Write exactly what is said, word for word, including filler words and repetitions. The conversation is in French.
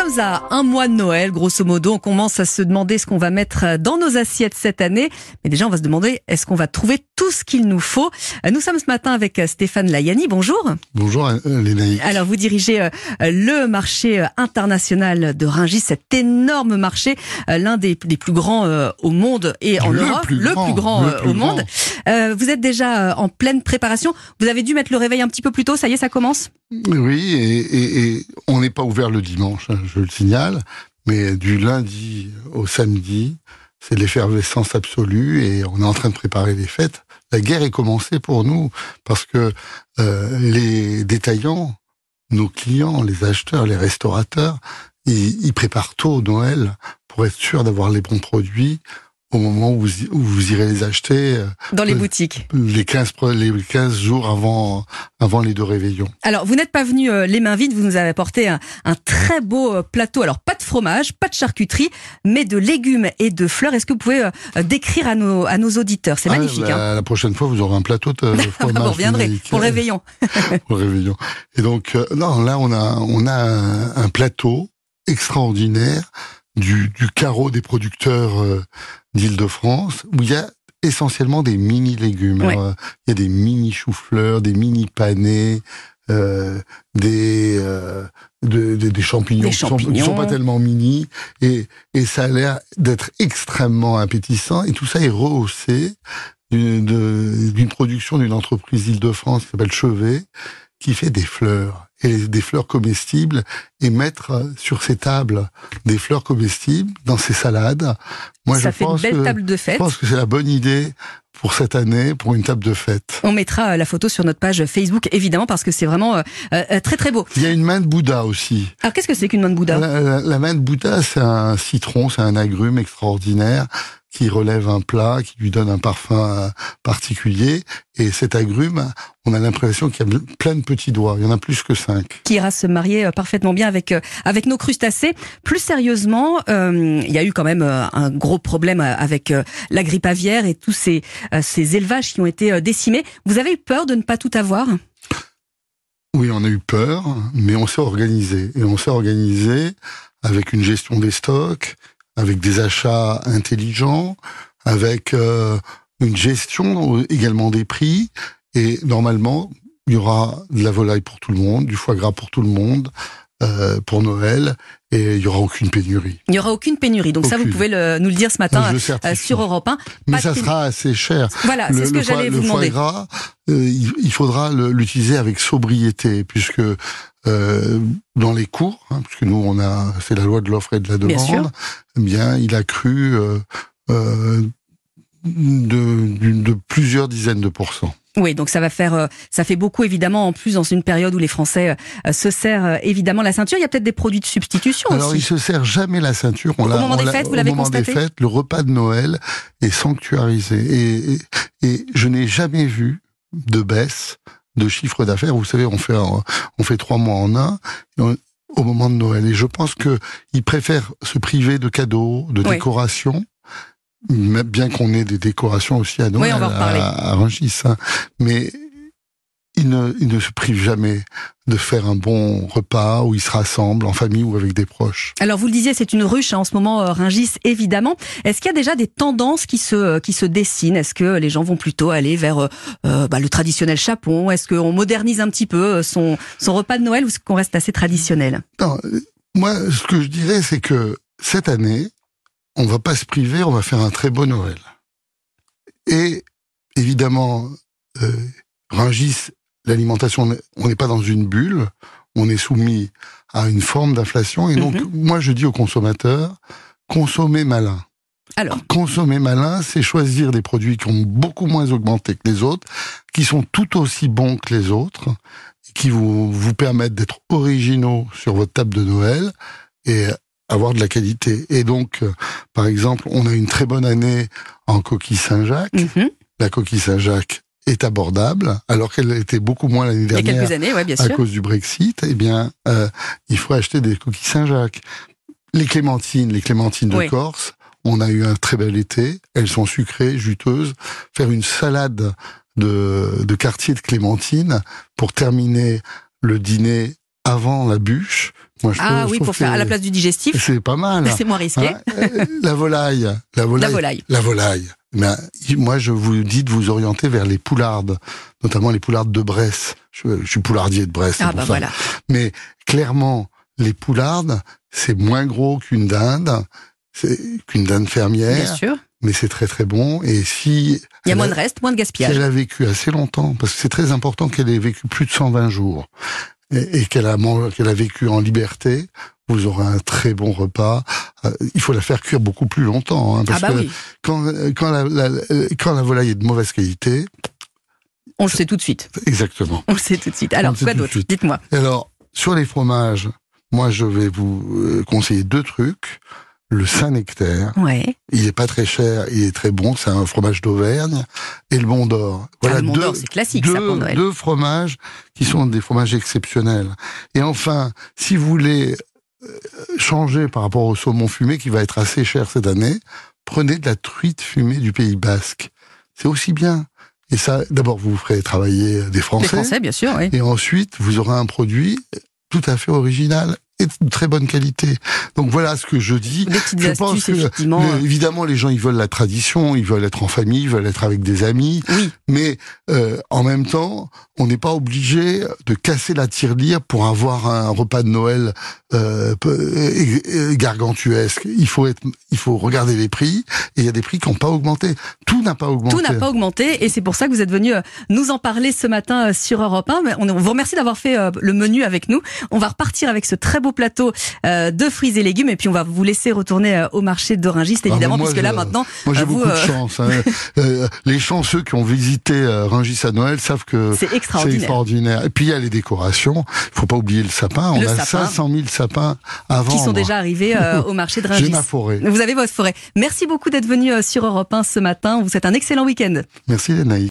sommes à un mois de Noël, grosso modo. On commence à se demander ce qu'on va mettre dans nos assiettes cette année. Mais déjà, on va se demander, est-ce qu'on va trouver tout ce qu'il nous faut? Nous sommes ce matin avec Stéphane Layani. Bonjour. Bonjour Lénaïque. Alors, vous dirigez le marché international de Rungis, cet énorme marché, l'un des, des plus grands au monde et en le Europe, plus le grand, plus grand le plus au grand. monde. Euh, vous êtes déjà en pleine préparation. Vous avez dû mettre le réveil un petit peu plus tôt. Ça y est, ça commence? Oui, et, et, et on n'est pas ouvert le dimanche, hein, je le signale, mais du lundi au samedi, c'est l'effervescence absolue et on est en train de préparer les fêtes. La guerre est commencée pour nous parce que euh, les détaillants, nos clients, les acheteurs, les restaurateurs, ils, ils préparent tôt Noël pour être sûr d'avoir les bons produits au moment où vous, où vous irez les acheter. Dans les euh, boutiques. Les quinze, les quinze jours avant, avant les deux réveillons. Alors, vous n'êtes pas venu euh, les mains vides, vous nous avez apporté un, un très beau euh, plateau. Alors, pas de fromage, pas de charcuterie, mais de légumes et de fleurs. Est-ce que vous pouvez euh, décrire à nos, à nos auditeurs? C'est ah, magnifique. Bah, hein. La prochaine fois, vous aurez un plateau de fromage. Vous reviendrez pour le réveillon. Pour le réveillon. Et donc, euh, non, là, on a, on a un, un plateau extraordinaire du, du carreau des producteurs euh, d'Île-de-France, où il y a essentiellement des mini-légumes. Ouais. Alors, il y a des mini-choux-fleurs, des mini-panais, euh, des, euh, de, de, des champignons, Des qui sont, champignons. qui sont pas tellement mini, et, et ça a l'air d'être extrêmement appétissant, et tout ça est rehaussé d'une, de, d'une production d'une entreprise Île-de-France qui s'appelle Chevet, qui fait des fleurs, et des fleurs comestibles, et mettre sur ces tables des fleurs comestibles dans ces salades. Moi, Ça je fait une pense belle que, table de je fête. pense que c'est la bonne idée pour cette année, pour une table de fête. On mettra la photo sur notre page Facebook, évidemment, parce que c'est vraiment euh, euh, très très beau. Il y a une main de Bouddha aussi. Alors, qu'est-ce que c'est qu'une main de Bouddha? La, la, la main de Bouddha, c'est un citron, c'est un agrume extraordinaire qui relève un plat, qui lui donne un parfum particulier. Et cet agrume, on a l'impression qu'il y a plein de petits doigts. Il y en a plus que cinq. Qui ira se marier parfaitement bien avec euh, avec nos crustacés. Plus sérieusement, euh, il y a eu quand même euh, un gros problème avec euh, la grippe aviaire et tous ces euh, ces élevages qui ont été euh, décimés. Vous avez eu peur de ne pas tout avoir? Oui, on a eu peur, mais on s'est organisé. Et on s'est organisé avec une gestion des stocks, avec des achats intelligents, avec euh, une gestion également des prix. Et normalement, il y aura de la volaille pour tout le monde, du foie gras pour tout le monde, euh, pour Noël, et il n'y aura aucune pénurie. Il n'y aura aucune pénurie. Donc aucune. ça, vous pouvez le, nous le dire ce matin euh, sur Europe un. Mais Pas ça de... sera assez cher. Voilà, c'est ce que j'allais vous demander. Le foie gras, euh, il, il faudra le, l'utiliser avec sobriété, puisque euh, dans les cours, hein, puisque nous, on a, c'est la loi de l'offre et de la demande, bien, sûr. Eh bien il a cru euh, euh, de, de, de plusieurs dizaines de pourcents. Oui, donc ça va faire, ça fait beaucoup évidemment, en plus dans une période où les Français se serrent évidemment la ceinture. Il y a peut-être des produits de substitution Alors, aussi. Alors, ils se serrent jamais la ceinture. On au l'a, moment on des fêtes, vous l'avez constaté ? Au moment des fêtes, le repas de Noël est sanctuarisé. Et, et, et je n'ai jamais vu de baisse de chiffre d'affaires. Vous savez, on fait, on fait trois mois en un. Au moment de Noël. Et je pense que ils préfèrent se priver de cadeaux, de oui. décorations. Bien qu'on ait des décorations aussi à Noël, oui, on va en reparler. à, à Rungis, hein. Mais ils ne, ils ne se privent jamais de faire un bon repas où ils se rassemblent en famille ou avec des proches. Alors vous le disiez, c'est une ruche hein, en ce moment, euh, Rungis, évidemment. Est-ce qu'il y a déjà des tendances qui se qui se dessinent? Est-ce que les gens vont plutôt aller vers euh, bah, le traditionnel chapon? Est-ce qu'on modernise un petit peu son son repas de Noël ou est-ce qu'on reste assez traditionnel? Non, moi, ce que je dirais, c'est que cette année, on va pas se priver, on va faire un très beau Noël. Et évidemment, euh, Rungis, l'alimentation, on n'est pas dans une bulle, on est soumis à une forme d'inflation. Et donc, mm-hmm. moi, je dis aux consommateurs, consommez malin. Alors, consommer malin, c'est choisir des produits qui ont beaucoup moins augmenté que les autres, qui sont tout aussi bons que les autres, qui vous, vous permettent d'être originaux sur votre table de Noël et avoir de la qualité. Et donc, euh, par exemple, on a une très bonne année en coquille Saint-Jacques. Mm-hmm. La coquille Saint-Jacques est abordable, alors qu'elle était beaucoup moins l'année dernière. Il y a quelques années, ouais, bien à sûr. cause du Brexit. Eh bien, euh, il faut acheter des coquilles Saint-Jacques. Les clémentines, les clémentines de oui. Corse, on a eu un très bel été. Elles sont sucrées, juteuses. Faire une salade de, de quartier de clémentines pour terminer le dîner avant la bûche, Moi, je Ah trouve, oui, je trouve pour faire à la place du digestif. c'est pas mal. C'est moins risqué. Hein, la volaille, la volaille, La volaille. la volaille. Ben, moi, je vous dis de vous orienter vers les poulardes, notamment les poulardes de Bresse. Je, je suis poulardier de Bresse, c'est Ah pour bah ça. voilà. Mais clairement, les poulardes, c'est moins gros qu'une dinde, c'est qu'une dinde fermière. Bien sûr. Mais c'est très très bon. Et si Il y a elle moins de reste, moins de si gaspillage. elle a vécu assez longtemps, parce que c'est très important qu'elle ait vécu plus de cent vingt jours et, et qu'elle a mangé, qu'elle a vécu en liberté, vous aurez un très bon repas. Euh, il faut la faire cuire beaucoup plus longtemps, hein, parce Ah bah que oui. quand quand la, la, quand la volaille est de mauvaise qualité, On le sait tout de suite. exactement. On le sait tout de suite. Alors, le sait quoi tout de d'autre? suite. Dites-moi. Et alors sur les fromages, moi je vais vous euh, conseiller deux trucs. Le Saint-Nectaire, Ouais. il est pas très cher, il est très bon, c'est un fromage d'Auvergne, et le Mont d'Or. Ah, le Mont d'Or, c'est classique, deux, ça, pour Noël. deux fromages qui sont des fromages exceptionnels. Et enfin, si vous voulez euh, changer par rapport au saumon fumé, qui va être assez cher cette année, prenez de la truite fumée du Pays Basque. C'est aussi bien. Et ça, d'abord, vous ferez travailler des Français. Les Français, bien sûr, oui. Et ensuite, vous aurez un produit tout à fait original et de très bonne qualité. Donc voilà ce que je dis. Des petites je astuces, pense que, effectivement. le- évidemment, les gens, ils veulent la tradition, ils veulent être en famille, ils veulent être avec des amis. Oui. Mais euh, en même temps, on n'est pas obligé de casser la tirelire pour avoir un repas de Noël euh, peu- é- é- gargantuesque. Il faut être, il faut regarder les prix. Et il y a des prix qui n'ont pas augmenté. Tout n'a pas augmenté. Tout n'a pas augmenté et c'est pour ça que vous êtes venu euh, nous en parler ce matin euh, sur Europe un. Mais on on vous remercie d'avoir fait euh, le menu avec nous. On va repartir avec ce très beau plateau euh, de fruits et légumes et puis on va vous laisser retourner euh, au marché de Rungis, évidemment, Ah, moi, puisque là je- maintenant, Moi, j'ai euh, vous, beaucoup de euh, chance. Hein. Euh, les chanceux qui ont visité euh, Rungis à Noël savent que c'est c'est extraordinaire. extraordinaire. Et puis, il y a les décorations. Il faut pas oublier le sapin. On Le a sapin. cinq cent mille sapins à vendre. Qui sont déjà arrivés euh, au marché de J'ai Rungis. ma forêt. Vous avez votre forêt. Merci beaucoup d'être venu euh, sur Europe un ce matin. On vous souhaite un excellent week-end. Merci, Lénaï.